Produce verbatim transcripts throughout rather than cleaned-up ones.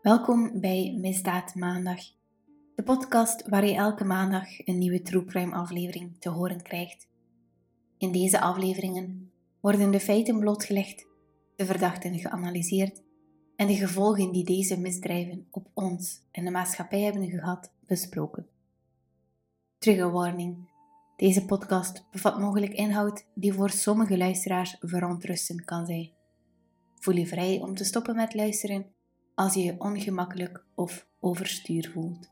Welkom bij Misdaad Maandag, de podcast waar je elke maandag een nieuwe True Crime aflevering te horen krijgt. In deze afleveringen worden de feiten blootgelegd, de verdachten geanalyseerd en de gevolgen die deze misdrijven op ons en de maatschappij hebben gehad besproken. Trigger warning. Deze podcast bevat mogelijk inhoud die voor sommige luisteraars verontrustend kan zijn. Voel je vrij om te stoppen met luisteren als je je ongemakkelijk of overstuur voelt.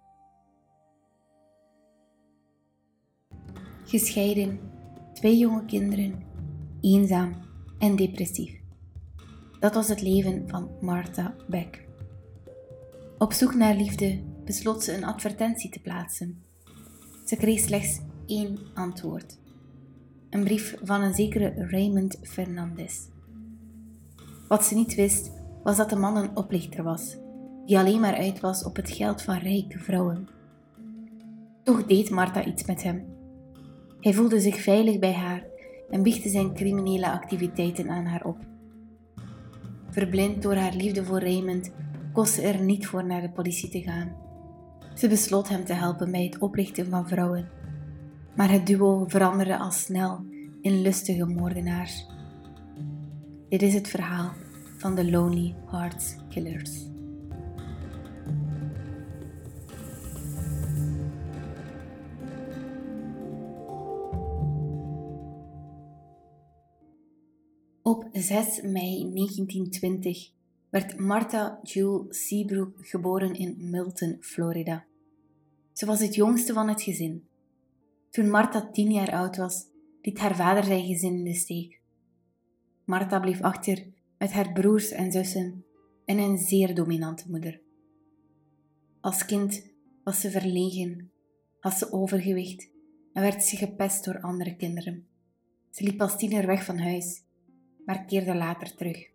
Gescheiden, twee jonge kinderen, eenzaam en depressief. Dat was het leven van Martha Beck. Op zoek naar liefde besloot ze een advertentie te plaatsen. Ze kreeg slechts één antwoord. Een brief van een zekere Raymond Fernandez. Wat ze niet wist, was dat de man een oplichter was, die alleen maar uit was op het geld van rijke vrouwen. Toch deed Martha iets met hem. Hij voelde zich veilig bij haar en biechtte zijn criminele activiteiten aan haar op. Verblind door haar liefde voor Raymond, koos ze er niet voor naar de politie te gaan. Ze besloot hem te helpen bij het oplichten van vrouwen. Maar het duo veranderde al snel in lustige moordenaars. Dit is het verhaal van de Lonely Hearts Killers. Op zes mei negentientwintig werd Martha Jewel Seabrook geboren in Milton, Florida. Ze was het jongste van het gezin. Toen Martha tien jaar oud was, liet haar vader zijn gezin in de steek. Martha bleef achter met haar broers en zussen en een zeer dominante moeder. Als kind was ze verlegen, had ze overgewicht en werd ze gepest door andere kinderen. Ze liep als tiener weg van huis, maar keerde later terug.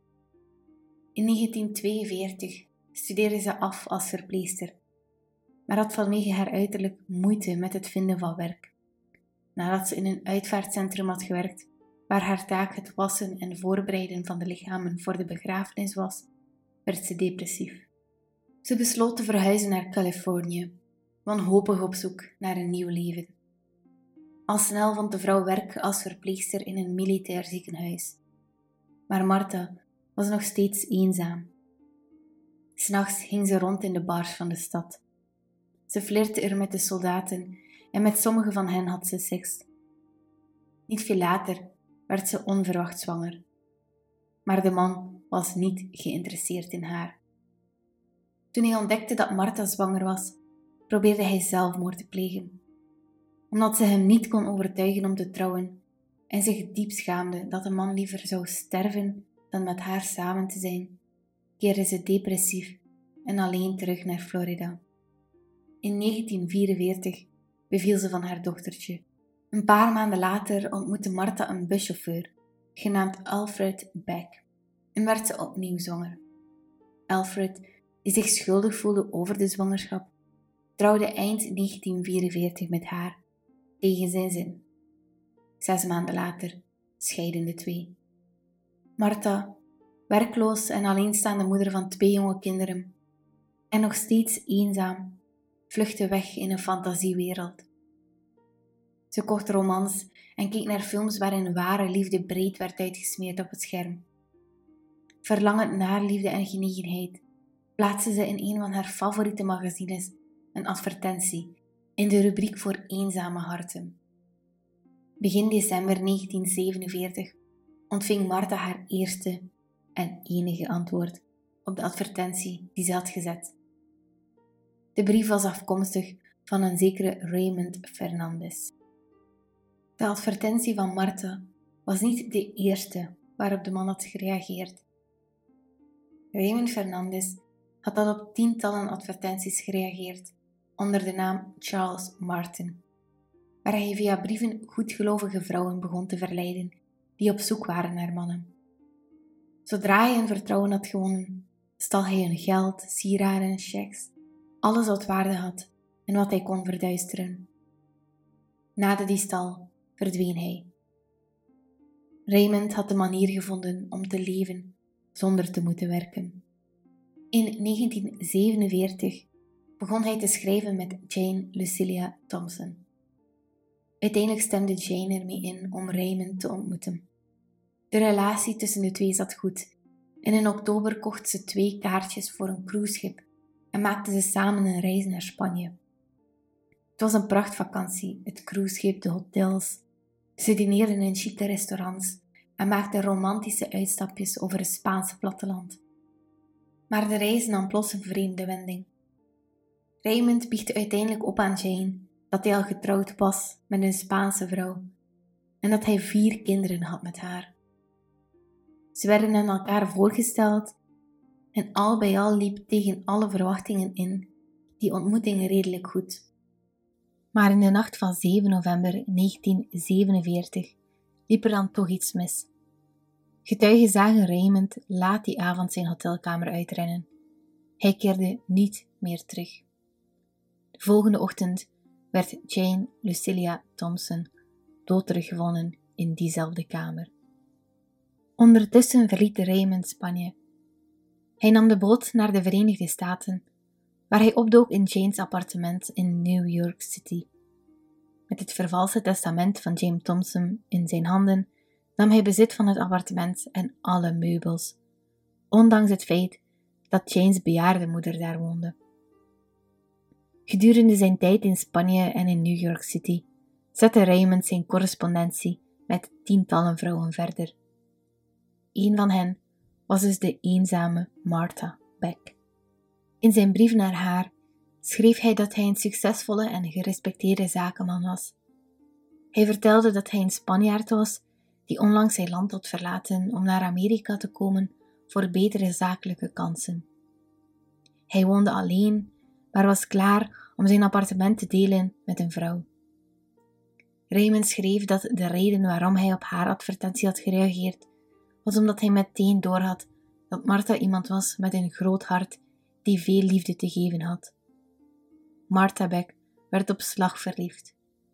In negentien tweeënveertig studeerde ze af als verpleegster, maar had vanwege haar uiterlijk moeite met het vinden van werk. Nadat ze in een uitvaartcentrum had gewerkt, waar haar taak het wassen en voorbereiden van de lichamen voor de begrafenis was, werd ze depressief. Ze besloot te verhuizen naar Californië, wanhopig op zoek naar een nieuw leven. Al snel vond de vrouw werk als verpleegster in een militair ziekenhuis. Maar Martha was nog steeds eenzaam. 'S Nachts ging ze rond in de bars van de stad. Ze flirtte er met de soldaten en met sommige van hen had ze seks. Niet veel later werd ze onverwacht zwanger. Maar de man was niet geïnteresseerd in haar. Toen hij ontdekte dat Martha zwanger was, probeerde hij zelfmoord te plegen. Omdat ze hem niet kon overtuigen om te trouwen en zich diep schaamde dat de man liever zou sterven dan met haar samen te zijn, keerde ze depressief en alleen terug naar Florida. In negentien vierenveertig beviel ze van haar dochtertje. Een paar maanden later ontmoette Martha een buschauffeur, genaamd Alfred Beck, en werd ze opnieuw zwanger. Alfred, die zich schuldig voelde over de zwangerschap, trouwde eind negentien vierenveertig met haar, tegen zijn zin. Zes maanden later scheidden de twee. Martha, werkloos en alleenstaande moeder van twee jonge kinderen, en nog steeds eenzaam, vluchtte weg in een fantasiewereld. Ze kocht romans en keek naar films waarin ware liefde breed werd uitgesmeerd op het scherm. Verlangend naar liefde en genegenheid plaatste ze in een van haar favoriete magazines een advertentie in de rubriek voor eenzame harten. Begin december negentien zevenenveertig ontving Martha haar eerste en enige antwoord op de advertentie die ze had gezet. De brief was afkomstig van een zekere Raymond Fernandez. De advertentie van Martha was niet de eerste waarop de man had gereageerd. Raymond Fernandez had al op tientallen advertenties gereageerd onder de naam Charles Martin, waar hij via brieven goedgelovige vrouwen begon te verleiden die op zoek waren naar mannen. Zodra hij hun vertrouwen had gewonnen, stal hij hun geld, sieraden, checks, alles wat waarde had en wat hij kon verduisteren. Na de diefstal verdween hij. Raymond had de manier gevonden om te leven zonder te moeten werken. In negentien zevenenveertig begon hij te schrijven met Jane Lucilia Thompson. Uiteindelijk stemde Jane ermee in om Raymond te ontmoeten. De relatie tussen de twee zat goed en in oktober kocht ze twee kaartjes voor een cruiseschip en maakten ze samen een reis naar Spanje. Het was een prachtvakantie, het cruiseschip, de hotels. Ze dineerden in chique restaurants en maakten romantische uitstapjes over het Spaanse platteland. Maar de reis nam plots een vreemde wending. Raymond biechtte uiteindelijk op aan Jane dat hij al getrouwd was met een Spaanse vrouw en dat hij vier kinderen had met haar. Ze werden aan elkaar voorgesteld en al bij al liep tegen alle verwachtingen in die ontmoeting redelijk goed. Maar in de nacht van zeven november negentien zevenenveertig liep er dan toch iets mis. Getuigen zagen Raymond laat die avond zijn hotelkamer uitrennen. Hij keerde niet meer terug. De volgende ochtend werd Jane Lucilia Thompson dood teruggevonden in diezelfde kamer. Ondertussen verliet Raymond Spanje. Hij nam de boot naar de Verenigde Staten, waar hij opdook in Jane's appartement in New York City. Met het vervalste testament van Jane Thompson in zijn handen nam hij bezit van het appartement en alle meubels, ondanks het feit dat Jane's bejaarde moeder daar woonde. Gedurende zijn tijd in Spanje en in New York City zette Raymond zijn correspondentie met tientallen vrouwen verder. Een van hen was dus de eenzame Martha Beck. In zijn brief naar haar schreef hij dat hij een succesvolle en gerespecteerde zakenman was. Hij vertelde dat hij een Spanjaard was die onlangs zijn land had verlaten om naar Amerika te komen voor betere zakelijke kansen. Hij woonde alleen, maar was klaar om zijn appartement te delen met een vrouw. Raymond schreef dat de reden waarom hij op haar advertentie had gereageerd, was omdat hij meteen doorhad dat Martha iemand was met een groot hart die veel liefde te geven had. Martha Beck werd op slag verliefd.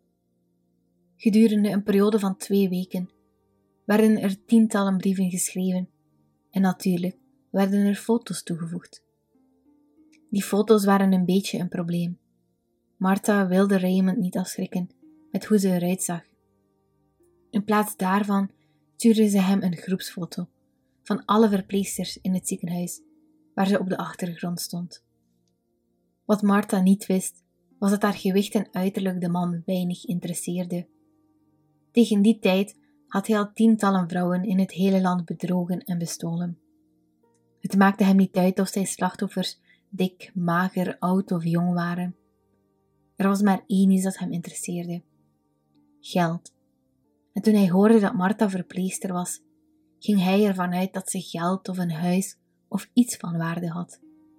Gedurende een periode van twee weken werden er tientallen brieven geschreven en natuurlijk werden er foto's toegevoegd. Die foto's waren een beetje een probleem. Martha wilde Raymond niet afschrikken met hoe ze eruit zag. In plaats daarvan stuurde ze hem een groepsfoto van alle verpleegsters in het ziekenhuis waar ze op de achtergrond stond. Wat Martha niet wist, was dat haar gewicht en uiterlijk de man weinig interesseerde. Tegen die tijd had hij al tientallen vrouwen in het hele land bedrogen en bestolen. Het maakte hem niet uit of zijn slachtoffers dik, mager, oud of jong waren. Er was maar één iets dat hem interesseerde: geld. En toen hij hoorde dat Martha verpleegster was, ging hij ervan uit dat ze geld of een huis of iets van waarde had.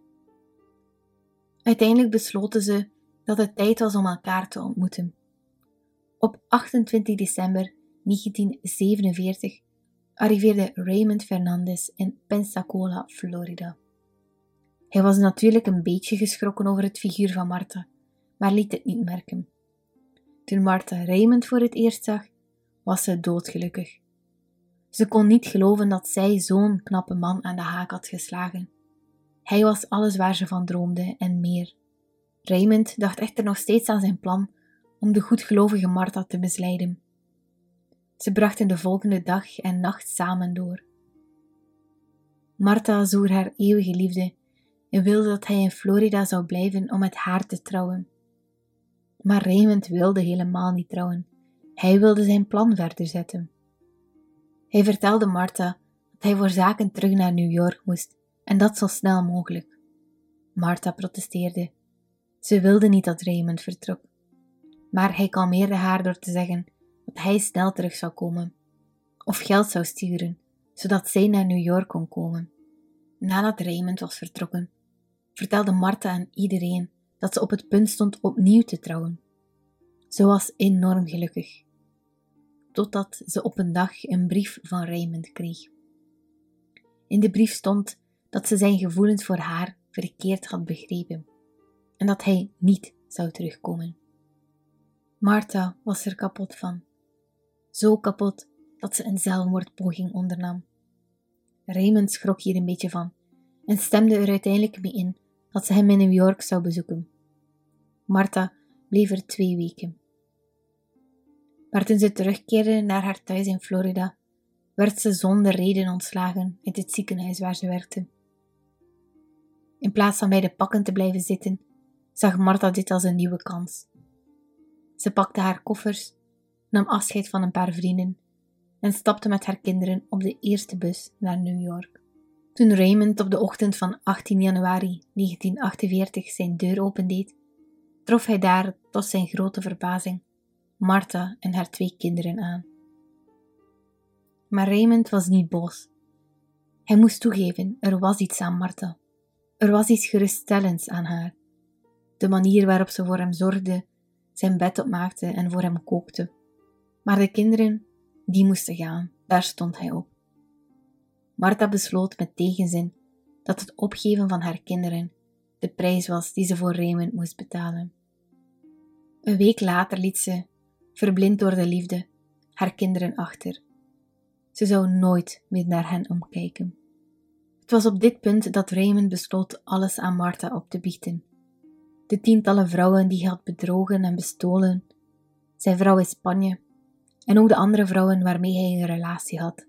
Uiteindelijk besloten ze dat het tijd was om elkaar te ontmoeten. Op achtentwintig december negentien zevenenveertig arriveerde Raymond Fernandez in Pensacola, Florida. Hij was natuurlijk een beetje geschrokken over het figuur van Martha, maar liet het niet merken. Toen Martha Raymond voor het eerst zag, was ze doodgelukkig. Ze kon niet geloven dat zij zo'n knappe man aan de haak had geslagen. Hij was alles waar ze van droomde en meer. Raymond dacht echter nog steeds aan zijn plan om de goedgelovige Martha te misleiden. Ze brachten de volgende dag en nacht samen door. Martha zwoer haar eeuwige liefde en wilde dat hij in Florida zou blijven om met haar te trouwen. Maar Raymond wilde helemaal niet trouwen. Hij wilde zijn plan verder zetten. Hij vertelde Martha dat hij voor zaken terug naar New York moest en dat zo snel mogelijk. Martha protesteerde. Ze wilde niet dat Raymond vertrok. Maar hij kalmeerde haar door te zeggen dat hij snel terug zou komen of geld zou sturen, zodat zij naar New York kon komen. Nadat Raymond was vertrokken, vertelde Martha aan iedereen dat ze op het punt stond opnieuw te trouwen. Ze was enorm gelukkig, totdat ze op een dag een brief van Raymond kreeg. In de brief stond dat ze zijn gevoelens voor haar verkeerd had begrepen en dat hij niet zou terugkomen. Martha was er kapot van. Zo kapot dat ze een zelfmoordpoging ondernam. Raymond schrok hier een beetje van en stemde er uiteindelijk mee in dat ze hem in New York zou bezoeken. Martha bleef er twee weken. Maar toen ze terugkeerde naar haar thuis in Florida, werd ze zonder reden ontslagen uit het ziekenhuis waar ze werkte. In plaats van bij de pakken te blijven zitten, zag Martha dit als een nieuwe kans. Ze pakte haar koffers, nam afscheid van een paar vrienden en stapte met haar kinderen op de eerste bus naar New York. Toen Raymond op de ochtend van achttien januari negentien achtenveertig zijn deur opendeed, trof hij daar, tot zijn grote verbazing, Martha en haar twee kinderen aan. Maar Raymond was niet boos. Hij moest toegeven, er was iets aan Martha. Er was iets geruststellends aan haar. De manier waarop ze voor hem zorgde, zijn bed opmaakte en voor hem kookte. Maar de kinderen, die moesten gaan, daar stond hij op. Martha besloot met tegenzin dat het opgeven van haar kinderen de prijs was die ze voor Raymond moest betalen. Een week later liet ze, verblind door de liefde, haar kinderen achter. Ze zou nooit meer naar hen omkijken. Het was op dit punt dat Raymond besloot alles aan Martha op te biechten. De tientallen vrouwen die hij had bedrogen en bestolen, zijn vrouw in Spanje en ook de andere vrouwen waarmee hij een relatie had.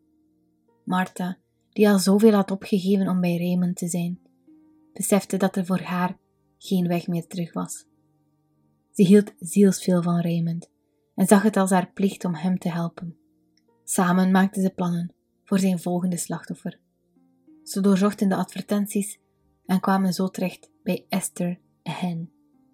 Martha, die al zoveel had opgegeven om bij Raymond te zijn, besefte dat er voor haar geen weg meer terug was. Ze hield zielsveel van Raymond en zag het als haar plicht om hem te helpen. Samen maakten ze plannen voor zijn volgende slachtoffer. Ze doorzochten de advertenties en kwamen zo terecht bij Esther Hen.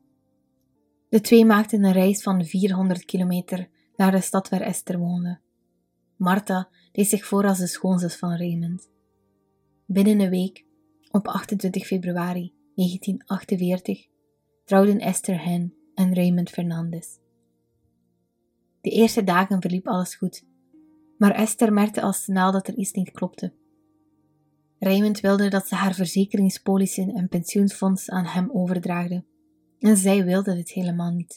De twee maakten een reis van vierhonderd kilometer naar de stad waar Esther woonde. Martha deed zich voor als de schoonzus van Raymond. Binnen een week, op achtentwintig februari negentien achtenveertig, trouwden Esther Hen en Raymond Fernandez. De eerste dagen verliep alles goed, maar Esther merkte al snel dat er iets niet klopte. Raymond wilde dat ze haar verzekeringspolissen en pensioenfonds aan hem overdraagde, en zij wilde dit helemaal niet.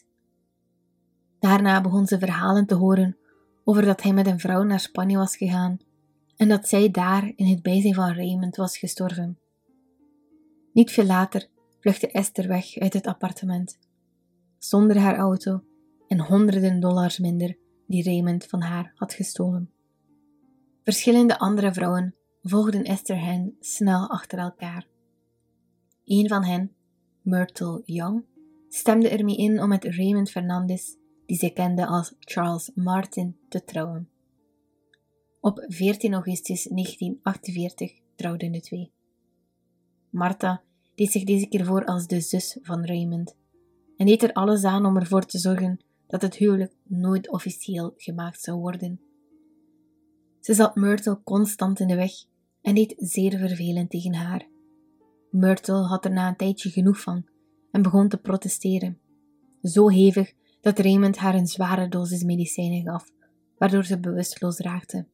Daarna begon ze verhalen te horen over dat hij met een vrouw naar Spanje was gegaan en dat zij daar in het bijzijn van Raymond was gestorven. Niet veel later vluchtte Esther weg uit het appartement, zonder haar auto en honderden dollars minder die Raymond van haar had gestolen. Verschillende andere vrouwen volgden Esther Hen snel achter elkaar. Een van hen, Myrtle Young, stemde ermee in om met Raymond Fernandez, die zij kende als Charles Martin, te trouwen. Op veertien augustus negentien achtenveertig trouwden de twee. Martha deed zich deze keer voor als de zus van Raymond en deed er alles aan om ervoor te zorgen dat het huwelijk nooit officieel gemaakt zou worden. Ze zat Myrtle constant in de weg en deed zeer vervelend tegen haar. Myrtle had er na een tijdje genoeg van en begon te protesteren. Zo hevig dat Raymond haar een zware dosis medicijnen gaf, waardoor ze bewusteloos raakte.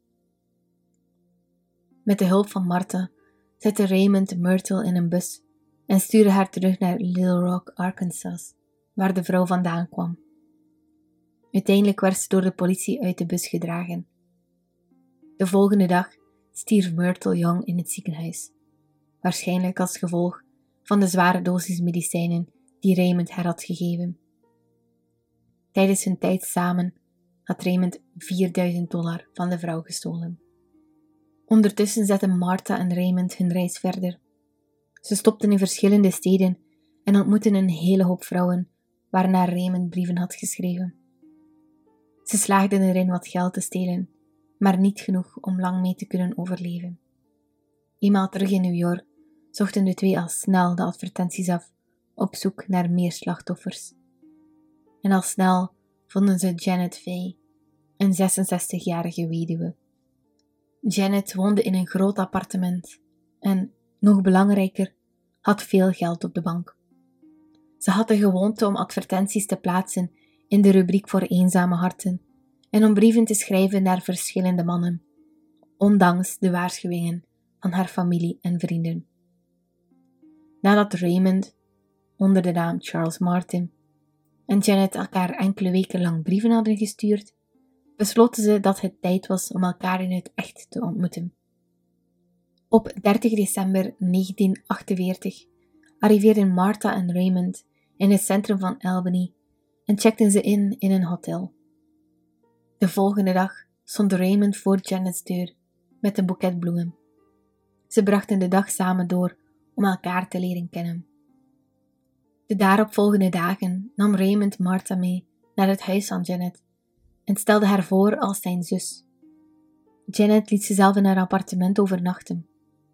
Met de hulp van Martha zette Raymond Myrtle in een bus en stuurde haar terug naar Little Rock, Arkansas, waar de vrouw vandaan kwam. Uiteindelijk werd ze door de politie uit de bus gedragen. De volgende dag stierf Myrtle Young in het ziekenhuis, waarschijnlijk als gevolg van de zware dosis medicijnen die Raymond haar had gegeven. Tijdens hun tijd samen had Raymond vierduizend dollar van de vrouw gestolen. Ondertussen zetten Martha en Raymond hun reis verder. Ze stopten in verschillende steden en ontmoetten een hele hoop vrouwen waarnaar Raymond brieven had geschreven. Ze slaagden erin wat geld te stelen, maar niet genoeg om lang mee te kunnen overleven. Eenmaal terug in New York zochten de twee al snel de advertenties af, op zoek naar meer slachtoffers. En al snel vonden ze Janet Fay, een zesenzestigjarige weduwe. Janet woonde in een groot appartement en, nog belangrijker, had veel geld op de bank. Ze had de gewoonte om advertenties te plaatsen in de rubriek voor eenzame harten en om brieven te schrijven naar verschillende mannen, ondanks de waarschuwingen van haar familie en vrienden. Nadat Raymond, onder de naam Charles Martin, en Janet elkaar enkele weken lang brieven hadden gestuurd, besloten ze dat het tijd was om elkaar in het echt te ontmoeten. Op dertig december negentien achtenveertig arriveerden Martha en Raymond in het centrum van Albany en checkten ze in in een hotel. De volgende dag stond Raymond voor Janet's deur met een boeket bloemen. Ze brachten de dag samen door om elkaar te leren kennen. De daaropvolgende dagen nam Raymond Martha mee naar het huis van Janet en stelde haar voor als zijn zus. Janet liet ze zelf in haar appartement overnachten.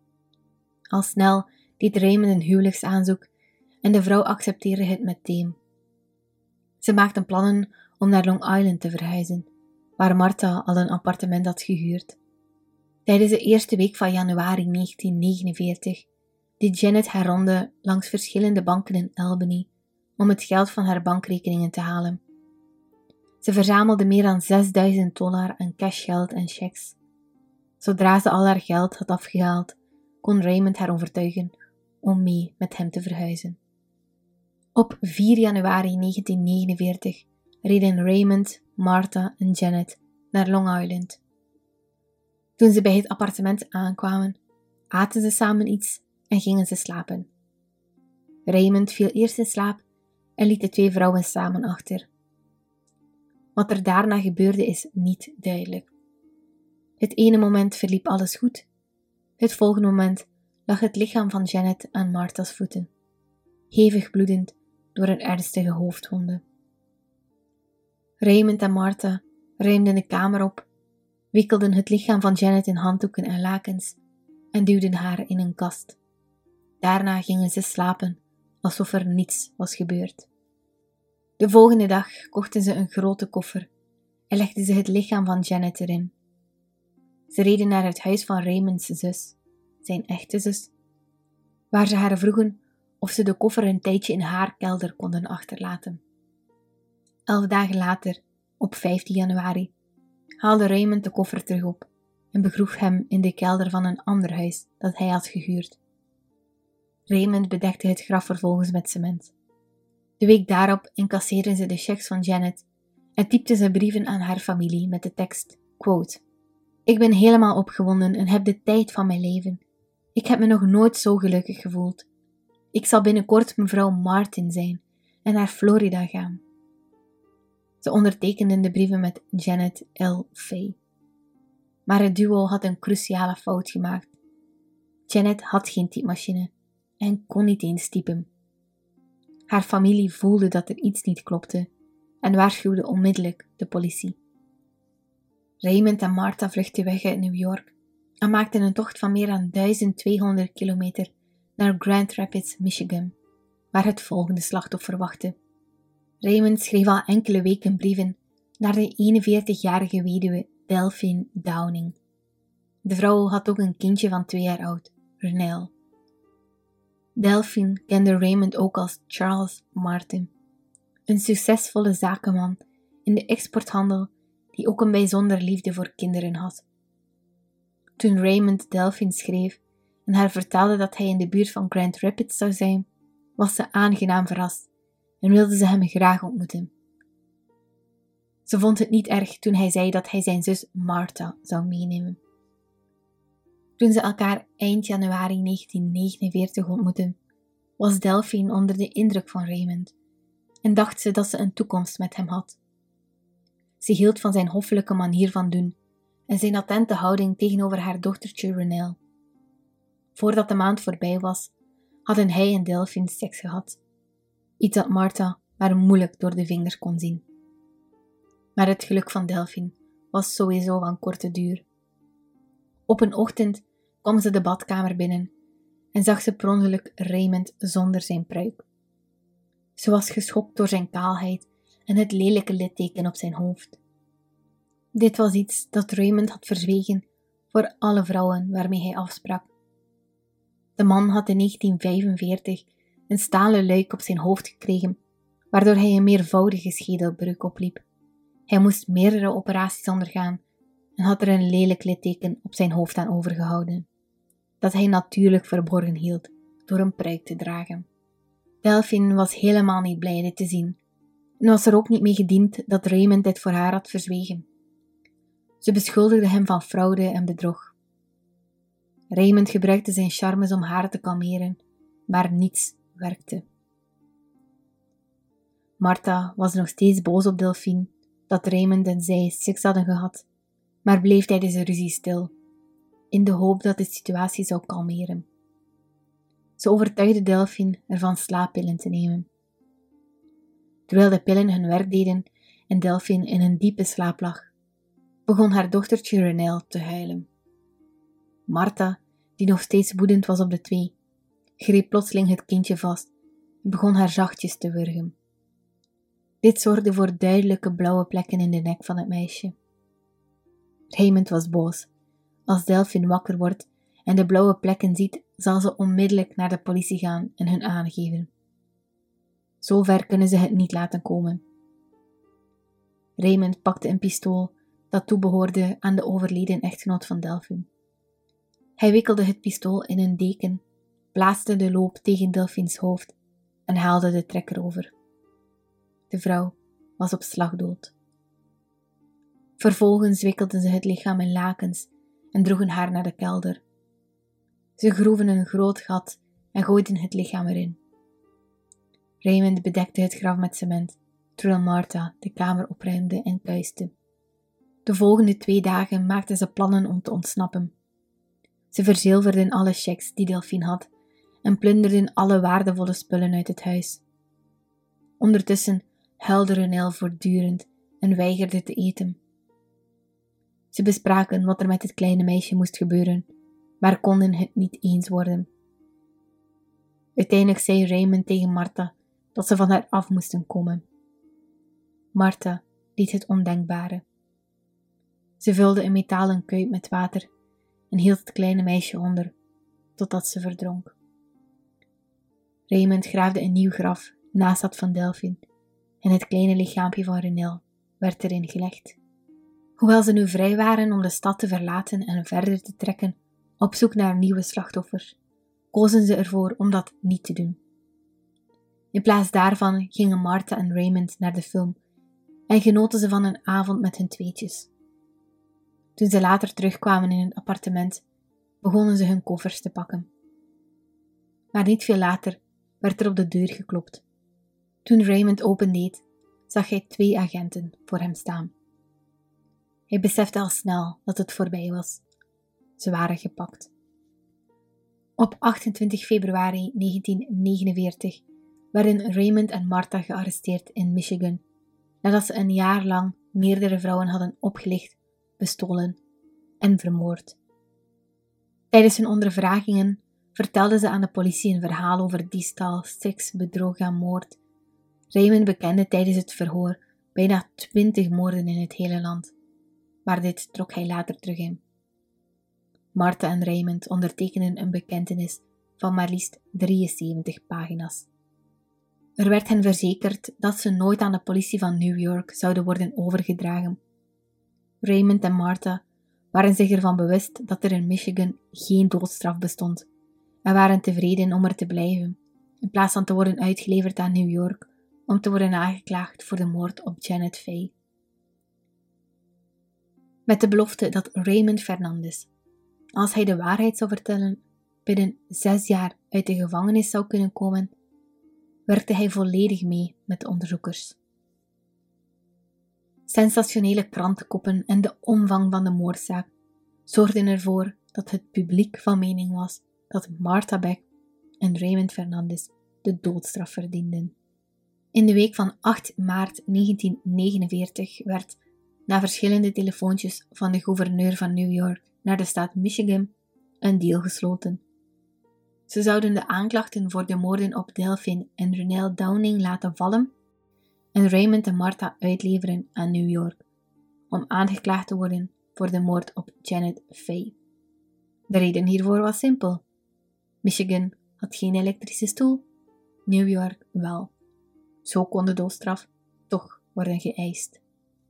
Al snel deed Raymond een huwelijksaanzoek en de vrouw accepteerde het meteen. Ze maakten plannen om naar Long Island te verhuizen, waar Martha al een appartement had gehuurd. Tijdens de eerste week van januari negentien negenenveertig deed Janet haar ronde langs verschillende banken in Albany om het geld van haar bankrekeningen te halen. Ze verzamelde meer dan zesduizend dollar aan cashgeld en checks. Zodra ze al haar geld had afgehaald, kon Raymond haar overtuigen om mee met hem te verhuizen. Op vier januari negentien negenenveertig reden Raymond, Martha en Janet naar Long Island. Toen ze bij het appartement aankwamen, aten ze samen iets en gingen ze slapen. Raymond viel eerst in slaap en liet de twee vrouwen samen achter. Wat er daarna gebeurde is niet duidelijk. Het ene moment verliep alles goed. Het volgende moment lag het lichaam van Janet aan Martha's voeten, hevig bloedend door een ernstige hoofdwonde. Raymond en Martha ruimden de kamer op, wikkelden het lichaam van Janet in handdoeken en lakens en duwden haar in een kast. Daarna gingen ze slapen, alsof er niets was gebeurd. De volgende dag kochten ze een grote koffer en legden ze het lichaam van Janet erin. Ze reden naar het huis van Raymond's zus, zijn echte zus, waar ze haar vroegen of ze de koffer een tijdje in haar kelder konden achterlaten. Elf dagen later, op vijftien januari, haalde Raymond de koffer terug op en begroef hem in de kelder van een ander huis dat hij had gehuurd. Raymond bedekte het graf vervolgens met cement. De week daarop incasseerden ze de checks van Janet en typten ze brieven aan haar familie met de tekst, quote, "Ik ben helemaal opgewonden en heb de tijd van mijn leven. Ik heb me nog nooit zo gelukkig gevoeld. Ik zal binnenkort mevrouw Martin zijn en naar Florida gaan." Ze ondertekenden de brieven met Janet L. Fay. Maar het duo had een cruciale fout gemaakt. Janet had geen typemachine en kon niet eens typen. Haar familie voelde dat er iets niet klopte en waarschuwde onmiddellijk de politie. Raymond en Martha vluchtten weg uit New York en maakten een tocht van meer dan duizend tweehonderd kilometer naar Grand Rapids, Michigan, waar het volgende slachtoffer wachtte. Raymond schreef al enkele weken brieven naar de eenenveertigjarige weduwe Delphine Downing. De vrouw had ook een kindje van twee jaar oud, Renelle. Delphine kende Raymond ook als Charles Martin, een succesvolle zakenman in de exporthandel die ook een bijzondere liefde voor kinderen had. Toen Raymond Delphine schreef en haar vertelde dat hij in de buurt van Grand Rapids zou zijn, was ze aangenaam verrast en wilde ze hem graag ontmoeten. Ze vond het niet erg toen hij zei dat hij zijn zus Martha zou meenemen. Toen ze elkaar eind januari negentien negenenveertig ontmoetten, was Delphine onder de indruk van Raymond en dacht ze dat ze een toekomst met hem had. Ze hield van zijn hoffelijke manier van doen en zijn attente houding tegenover haar dochtertje Renelle. Voordat de maand voorbij was, hadden hij en Delphine seks gehad. Iets dat Martha maar moeilijk door de vingers kon zien. Maar het geluk van Delphine was sowieso van korte duur. Op een ochtend kwam ze de badkamer binnen en zag ze per ongeluk Raymond zonder zijn pruik. Ze was geschokt door zijn kaalheid en het lelijke litteken op zijn hoofd. Dit was iets dat Raymond had verzwegen voor alle vrouwen waarmee hij afsprak. De man had in negentien vijfenveertig een stalen luik op zijn hoofd gekregen, waardoor hij een meervoudige schedelbreuk opliep. Hij moest meerdere operaties ondergaan en had er een lelijk litteken op zijn hoofd aan overgehouden, dat hij natuurlijk verborgen hield door een pruik te dragen. Delphine was helemaal niet blij dit te zien en was er ook niet mee gediend dat Raymond dit voor haar had verzwegen. Ze beschuldigde hem van fraude en bedrog. Raymond gebruikte zijn charmes om haar te kalmeren, maar niets werkte. Martha was nog steeds boos op Delphine dat Raymond en zij seks hadden gehad, maar bleef tijdens de ruzie stil, in de hoop dat de situatie zou kalmeren. Ze overtuigde Delphine ervan slaappillen te nemen. Terwijl de pillen hun werk deden en Delphine in een diepe slaap lag, begon haar dochtertje Renelle te huilen. Martha, die nog steeds woedend was op de twee, greep plotseling het kindje vast en begon haar zachtjes te wurgen. Dit zorgde voor duidelijke blauwe plekken in de nek van het meisje. Raymond was boos. Als Delphine wakker wordt en de blauwe plekken ziet, zal ze onmiddellijk naar de politie gaan en hun aangeven. Zover kunnen ze het niet laten komen. Raymond pakte een pistool dat toebehoorde aan de overleden echtgenoot van Delphine. Hij wikkelde het pistool in een deken, plaatste de loop tegen Delphine's hoofd en haalde de trekker over. De vrouw was op slag dood. Vervolgens wikkelden ze het lichaam in lakens en droegen haar naar de kelder. Ze groeven een groot gat en gooiden het lichaam erin. Raymond bedekte het graf met cement, terwijl Martha de kamer opruimde en kuiste. De volgende twee dagen maakten ze plannen om te ontsnappen. Ze verzilverden alle checks die Delphine had en plunderden alle waardevolle spullen uit het huis. Ondertussen huilde Renelle voortdurend en weigerde te eten. Ze bespraken wat er met het kleine meisje moest gebeuren, maar konden het niet eens worden. Uiteindelijk zei Raymond tegen Martha dat ze van haar af moesten komen. Martha deed het ondenkbare. Ze vulde een metalen kuip met water en hield het kleine meisje onder, totdat ze verdronk. Raymond graafde een nieuw graf naast dat van Delphine en het kleine lichaampje van Renelle werd erin gelegd. Hoewel ze nu vrij waren om de stad te verlaten en verder te trekken op zoek naar nieuwe slachtoffers, kozen ze ervoor om dat niet te doen. In plaats daarvan gingen Martha en Raymond naar de film en genoten ze van een avond met hun tweetjes. Toen ze later terugkwamen in hun appartement, begonnen ze hun koffers te pakken. Maar niet veel later werd er op de deur geklopt. Toen Raymond opendeed, zag hij twee agenten voor hem staan. Hij besefte al snel dat het voorbij was. Ze waren gepakt. Op achtentwintig februari negentien negenenveertig werden Raymond en Martha gearresteerd in Michigan, nadat ze een jaar lang meerdere vrouwen hadden opgelicht, bestolen en vermoord. Tijdens hun ondervragingen vertelden ze aan de politie een verhaal over diefstal, seks, bedrog en moord. Raymond bekende tijdens het verhoor bijna twintig moorden in het hele land, maar dit trok hij later terug in. Martha en Raymond ondertekenden een bekentenis van maar liefst drieënzeventig pagina's. Er werd hen verzekerd dat ze nooit aan de politie van New York zouden worden overgedragen. Raymond en Martha waren zich ervan bewust dat er in Michigan geen doodstraf bestond en waren tevreden om er te blijven, in plaats van te worden uitgeleverd aan New York om te worden aangeklaagd voor de moord op Janet Faye. Met de belofte dat Raymond Fernandez, als hij de waarheid zou vertellen, binnen zes jaar uit de gevangenis zou kunnen komen, werkte hij volledig mee met de onderzoekers. Sensationele krantenkoppen en de omvang van de moordzaak zorgden ervoor dat het publiek van mening was dat Martha Beck en Raymond Fernandez de doodstraf verdienden. In de week van acht maart negentien negenenveertig werd, na verschillende telefoontjes van de gouverneur van New York naar de staat Michigan, een deal gesloten. Ze zouden de aanklachten voor de moorden op Delphine en Renelle Downing laten vallen en Raymond en Martha uitleveren aan New York, om aangeklaagd te worden voor de moord op Janet Faye. De reden hiervoor was simpel. Michigan had geen elektrische stoel, New York wel. Zo kon de doodstraf toch worden geëist.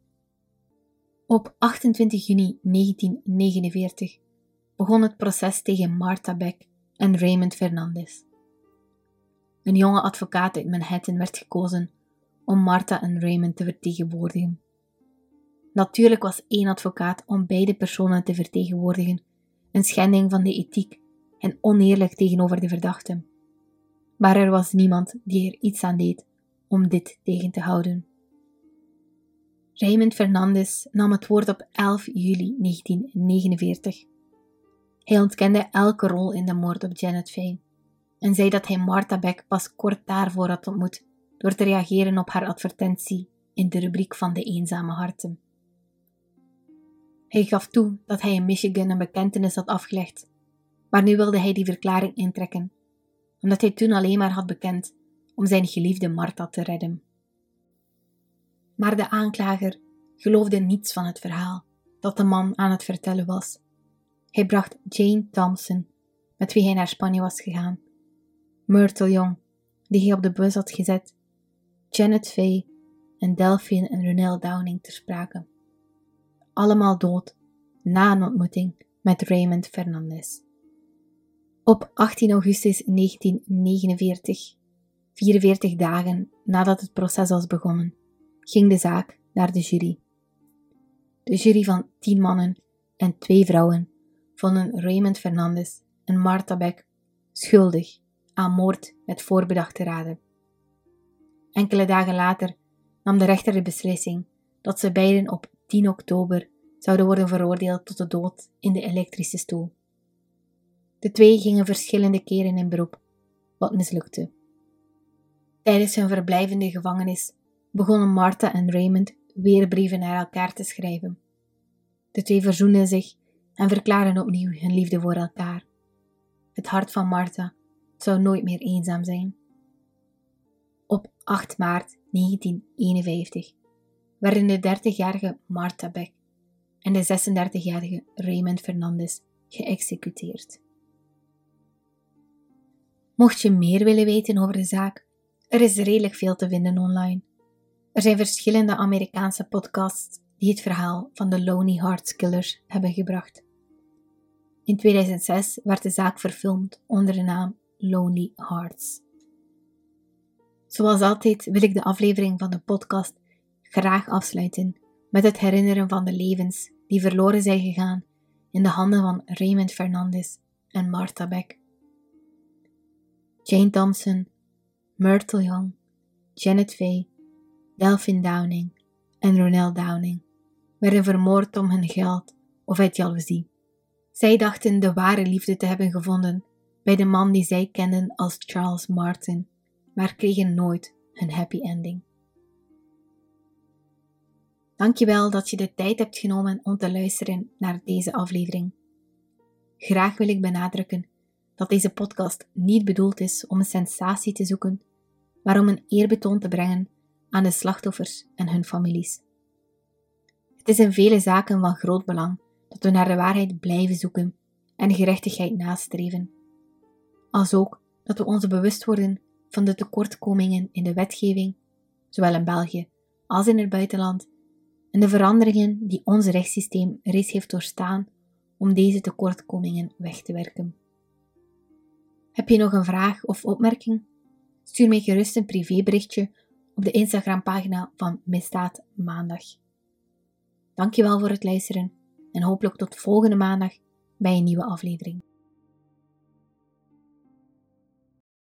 Op achtentwintig juni negentien negenenveertig begon het proces tegen Martha Beck en Raymond Fernandez. Een jonge advocaat uit Manhattan werd gekozen om Martha en Raymond te vertegenwoordigen. Natuurlijk was één advocaat om beide personen te vertegenwoordigen een schending van de ethiek en oneerlijk tegenover de verdachten. Maar er was niemand die er iets aan deed om dit tegen te houden. Raymond Fernandez nam het woord op elf juli negentien negenenveertig. Hij ontkende elke rol in de moord op Janet Faye en zei dat hij Martha Beck pas kort daarvoor had ontmoet door te reageren op haar advertentie in de rubriek van de eenzame harten. Hij gaf toe dat hij in Michigan een bekentenis had afgelegd, maar nu wilde hij die verklaring intrekken, omdat hij toen alleen maar had bekend om zijn geliefde Martha te redden. Maar de aanklager geloofde niets van het verhaal dat de man aan het vertellen was. Hij bracht Jane Thompson, met wie hij naar Spanje was gegaan, Myrtle Young, die hij op de bus had gezet, Janet Faye en Delphine en Ronelle Downing ter sprake. Allemaal dood, na een ontmoeting met Raymond Fernandez. Op achttien augustus negentien negenenveertig, vierenveertig dagen nadat het proces was begonnen, ging de zaak naar de jury. De jury van tien mannen en twee vrouwen vonden Raymond Fernandez en Martha Beck schuldig aan moord met voorbedachte raden. Enkele dagen later nam de rechter de beslissing dat ze beiden op tien oktober zouden worden veroordeeld tot de dood in de elektrische stoel. De twee gingen verschillende keren in beroep, wat mislukte. Tijdens hun verblijf in de gevangenis begonnen Martha en Raymond weer brieven naar elkaar te schrijven. De twee verzoenden zich en verklaarden opnieuw hun liefde voor elkaar. Het hart van Martha zou nooit meer eenzaam zijn. Op acht maart negentien eenenvijftig werden de dertigjarige Martha Beck en de zesendertigjarige Raymond Fernandez geëxecuteerd. Mocht je meer willen weten over de zaak, er is redelijk veel te vinden online. Er zijn verschillende Amerikaanse podcasts die het verhaal van de Lonely Hearts Killers hebben gebracht. In tweeduizend zes werd de zaak verfilmd onder de naam Lonely Hearts. Zoals altijd wil ik de aflevering van de podcast graag afsluiten met het herinneren van de levens die verloren zijn gegaan in de handen van Raymond Fernandez en Martha Beck. Jane Thompson, Myrtle Young, Janet Faye, Delphine Downing en Ronelle Downing werden vermoord om hun geld of uit jaloezie. Zij dachten de ware liefde te hebben gevonden bij de man die zij kenden als Charles Martin, maar kregen nooit hun happy ending. Dankjewel dat je de tijd hebt genomen om te luisteren naar deze aflevering. Graag wil ik benadrukken dat deze podcast niet bedoeld is om een sensatie te zoeken, maar om een eerbetoon te brengen aan de slachtoffers en hun families. Het is in vele zaken van groot belang dat we naar de waarheid blijven zoeken en gerechtigheid nastreven. Als ook dat we ons bewust worden van de tekortkomingen in de wetgeving, zowel in België als in het buitenland, en de veranderingen die ons rechtssysteem reeds heeft doorstaan om deze tekortkomingen weg te werken. Heb je nog een vraag of opmerking? Stuur mij gerust een privéberichtje op de Instagram-pagina van Misdaad Maandag. Dankjewel voor het luisteren en hopelijk tot volgende maandag bij een nieuwe aflevering.